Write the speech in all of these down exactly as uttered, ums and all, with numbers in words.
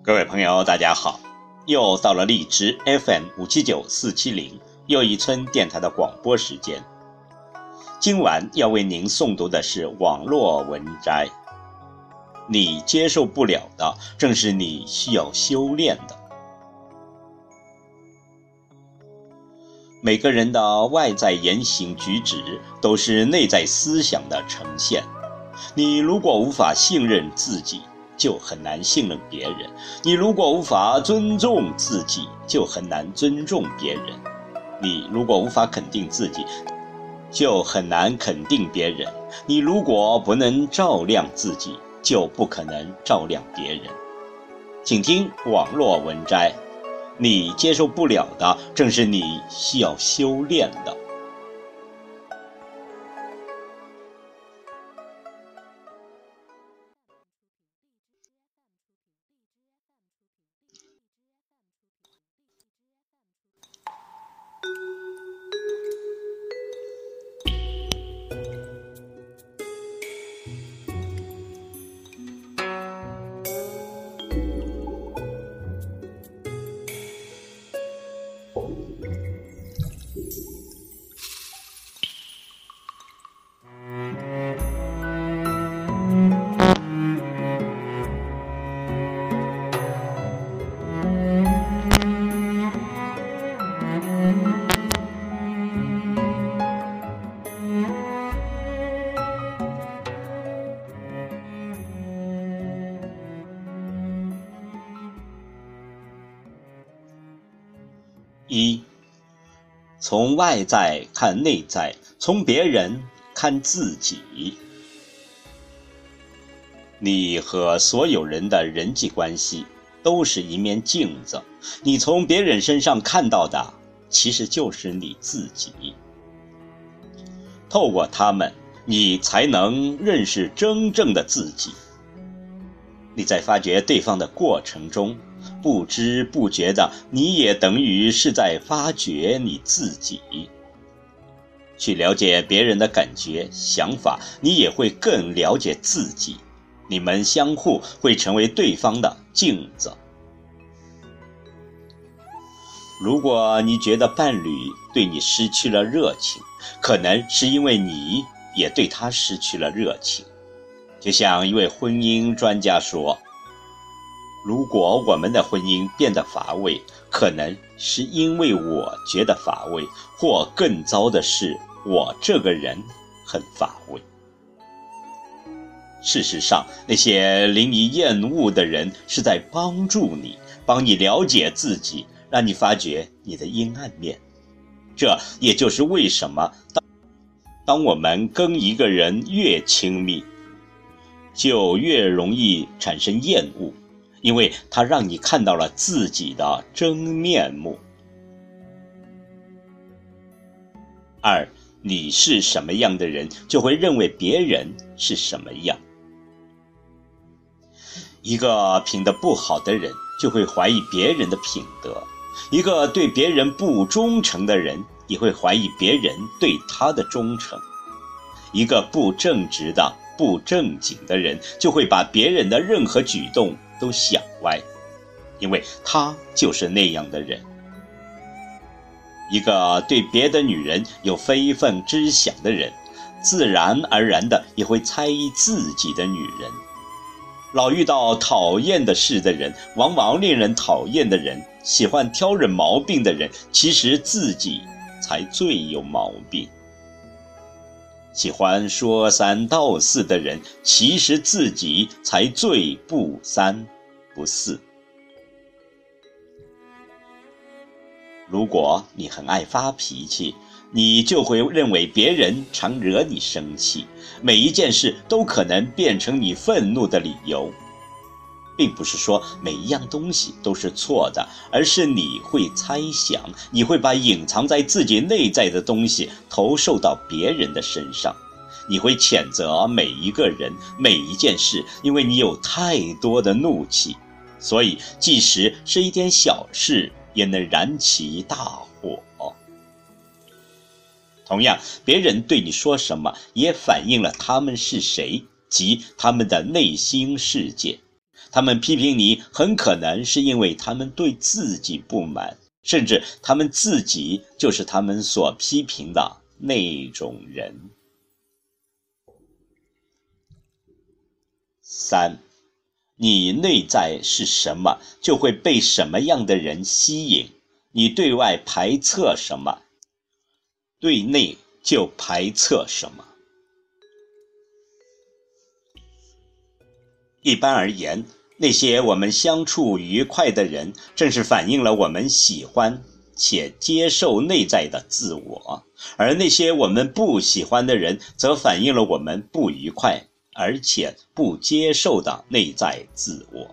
各位朋友大家好，又到了荔枝 F M 五七九四七零又一村电台的广播时间。今晚要为您诵读的是网络文摘。你接受不了的，正是你需要修炼的。每个人的外在言行举止都是内在思想的呈现。你如果无法信任自己，就很难信任别人；你如果无法尊重自己，就很难尊重别人；你如果无法肯定自己，就很难肯定别人；你如果不能照亮自己，就不可能照亮别人。请听网络文摘，你接受不了的，正是你需要修炼的。一，从外在看内在，从别人看自己。你和所有人的人际关系都是一面镜子，你从别人身上看到的其实就是你自己。透过他们，你才能认识真正的自己。你在发掘对方的过程中，不知不觉的，你也等于是在发掘你自己。去了解别人的感觉、想法，你也会更了解自己。你们相互会成为对方的镜子。如果你觉得伴侣对你失去了热情，可能是因为你也对他失去了热情。就像一位婚姻专家说，如果我们的婚姻变得乏味，可能是因为我觉得乏味，或更糟的是，我这个人很乏味。事实上，那些令你厌恶的人是在帮助你，帮你了解自己，让你发觉你的阴暗面。这也就是为什么当当我们跟一个人越亲密，就越容易产生厌恶，因为他让你看到了自己的真面目。二，你是什么样的人，就会认为别人是什么样。一个品德不好的人，就会怀疑别人的品德；一个对别人不忠诚的人，也会怀疑别人对他的忠诚；一个不正直的、不正经的人，就会把别人的任何举动都想歪，因为他就是那样的人。一个对别的女人有非分之想的人，自然而然的也会猜疑自己的女人。老遇到讨厌的事的人，往往令人讨厌的人，喜欢挑人毛病的人，其实自己才最有毛病。喜欢说三道四的人，其实自己才最不三不四。如果你很爱发脾气，你就会认为别人常惹你生气，每一件事都可能变成你愤怒的理由。并不是说每一样东西都是错的，而是你会猜想，你会把隐藏在自己内在的东西投射到别人的身上。你会谴责每一个人、每一件事，因为你有太多的怒气，所以即使是一点小事，也能燃起大火。同样，别人对你说什么，也反映了他们是谁，即他们的内心世界。 他们批评你，很可能是因为他们对自己不满，甚至他们自己就是他们所批评的那种人。三，你内在是什么，就会被什么样的人吸引。你对外排斥什么，对内就排斥什么。一般而言，那些我们相处愉快的人，正是反映了我们喜欢且接受内在的自我，而那些我们不喜欢的人，则反映了我们不愉快而且不接受的内在自我。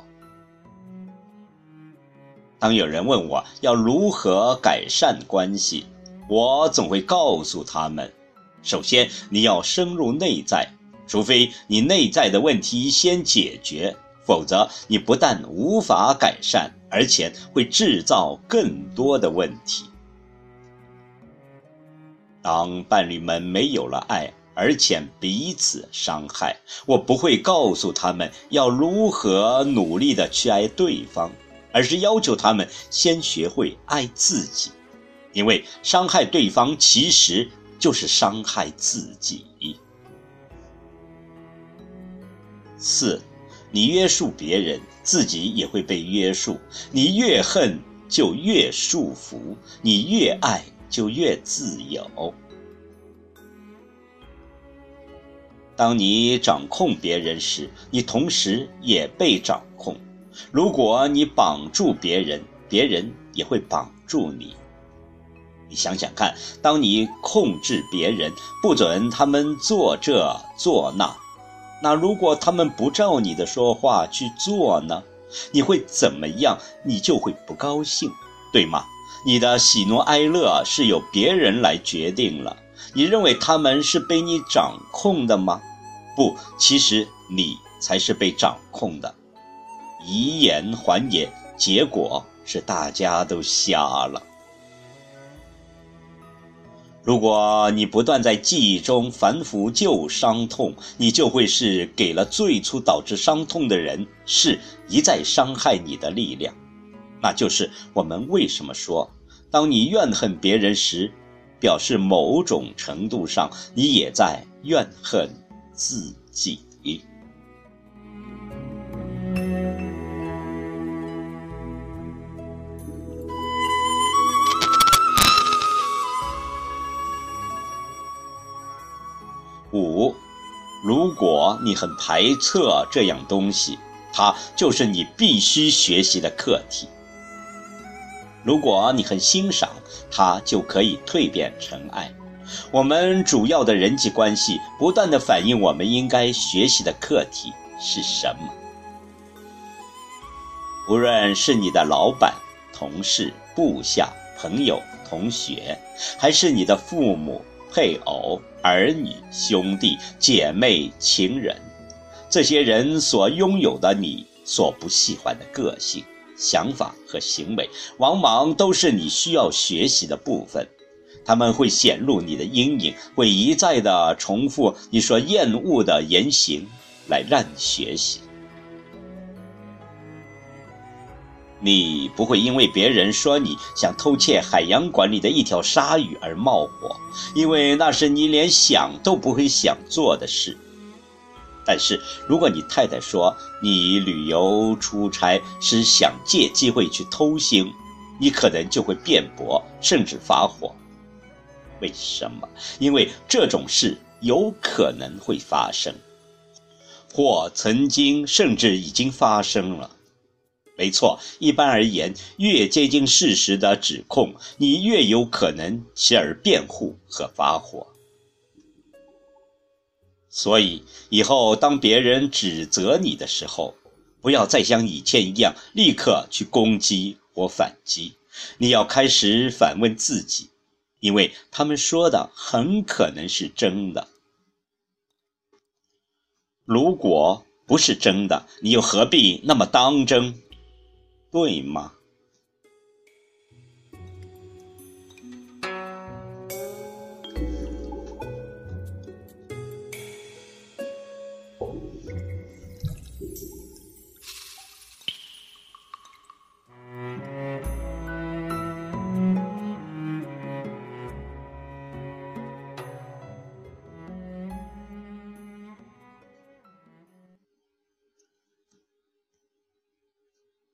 当有人问我要如何改善关系，我总会告诉他们，首先你要深入内在，除非你内在的问题先解决，否则你不但无法改善，而且会制造更多的问题。当伴侣们没有了爱，而且彼此伤害，我不会告诉他们要如何努力地去爱对方，而是要求他们先学会爱自己，因为伤害对方其实就是伤害自己。四，你约束别人，自己也会被约束。你越恨就越束缚，你越爱就越自由。当你掌控别人时，你同时也被掌控。如果你绑住别人，别人也会绑住你。你想想看，当你控制别人，不准他们做这做那，那如果他们不照你的说话去做呢？你会怎么样？你就会不高兴，对吗？你的喜怒哀乐是由别人来决定了，你认为他们是被你掌控的吗？不，其实你才是被掌控的。以眼还眼，结果是大家都瞎了。如果你不断在记忆中反复旧伤痛，你就会是给了最初导致伤痛的人是一再伤害你的力量。那就是我们为什么说，当你怨恨别人时，表示某种程度上你也在怨恨自己。五，如果你很排斥这样东西，它就是你必须学习的课题。如果你很欣赏，它就可以蜕变成爱。我们主要的人际关系不断地反映我们应该学习的课题是什么。无论是你的老板、同事、部下、朋友、同学，还是你的父母、配偶、儿女、兄弟、姐妹、情人，这些人所拥有的你所不喜欢的个性、想法和行为，往往都是你需要学习的部分。他们会显露你的阴影，会一再地重复你所厌恶的言行，来让你学习。你不会因为别人说你想偷窃海洋馆里的一条鲨鱼而冒火，因为那是你连想都不会想做的事。但是如果你太太说你旅游出差是想借机会去偷腥，你可能就会辩驳，甚至发火。为什么？因为这种事有可能会发生，或曾经甚至已经发生了。没错，一般而言，越接近事实的指控，你越有可能起而辩护和发火。所以以后当别人指责你的时候，不要再像以前一样立刻去攻击或反击，你要开始反问自己，因为他们说的很可能是真的。如果不是真的，你又何必那么当真，对吗？